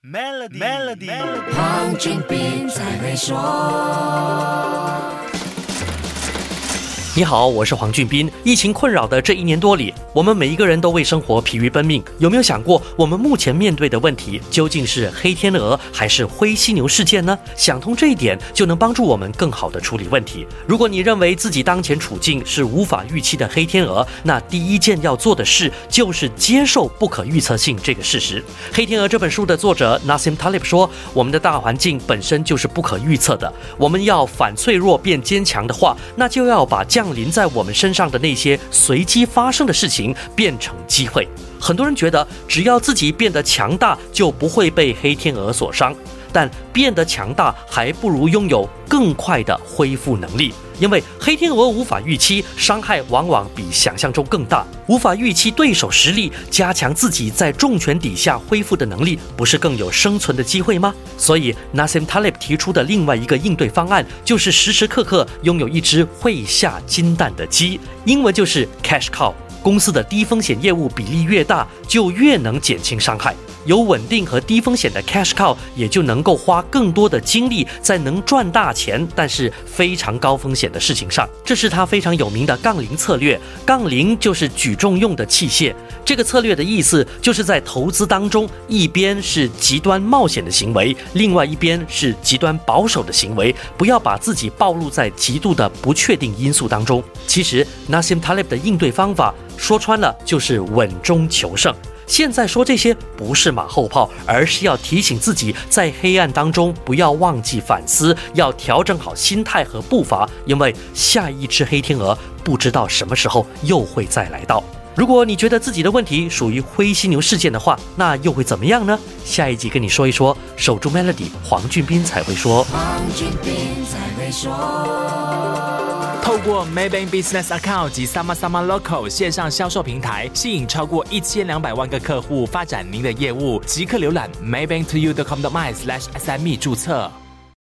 Melody， 黄俊斌才会说。 你好，我是黄俊斌。疫情困扰的这1年多里，我们每一个人都为生活疲于奔命。有没有想过，我们目前面对的问题究竟是黑天鹅还是灰犀牛事件呢？想通这一点，就能帮助我们更好地处理问题。如果你认为自己当前处境是无法预期的黑天鹅，那第一件要做的事就是接受不可预测性这个事实。《黑天鹅》这本书的作者 Nassim Taleb 说，我们的大环境本身就是不可预测的。我们要反脆弱变坚强的话，那就要把降临在我们身上的那些随机发生的事情变成机会。很多人觉得只要自己变得强大，就不会被黑天鹅所伤，但变得强大还不如拥有更快的恢复能力。因为黑天鹅无法预期，伤害往往比想象中更大。无法预期对手实力，加强自己在重拳底下恢复的能力，不是更有生存的机会吗？所以 Nassim Taleb 提出的另外一个应对方案，就是时时刻刻拥有一只会下金蛋的鸡，英文就是 cash cow。公司的低风险业务比例越大，就越能减轻伤害。有稳定和低风险的 cash cow， 也就能够花更多的精力在能赚大钱但是非常高风险的事情上。这是他非常有名的杠铃策略。杠铃就是举重用的器械。这个策略的意思就是在投资当中，一边是极端冒险的行为，另外一边是极端保守的行为，不要把自己暴露在极度的不确定因素当中。其实 Nassim Taleb 的应对方法说穿了就是稳中求胜。现在说这些不是马后炮，而是要提醒自己在黑暗当中不要忘记反思，要调整好心态和步伐，因为下一只黑天鹅不知道什么时候又会再来到。如果你觉得自己的问题属于灰犀牛事件的话，那又会怎么样呢？下一集跟你说一说。守住 Melody， 黄俊斌才会说。 黄俊斌才会说。 透过 Maybank Business Account 及 Sama Sama Local 线上销售平台，吸引超过1200万个客户，发展您的业务。即刻浏览 maybanktoyou.com.my/SME 注册。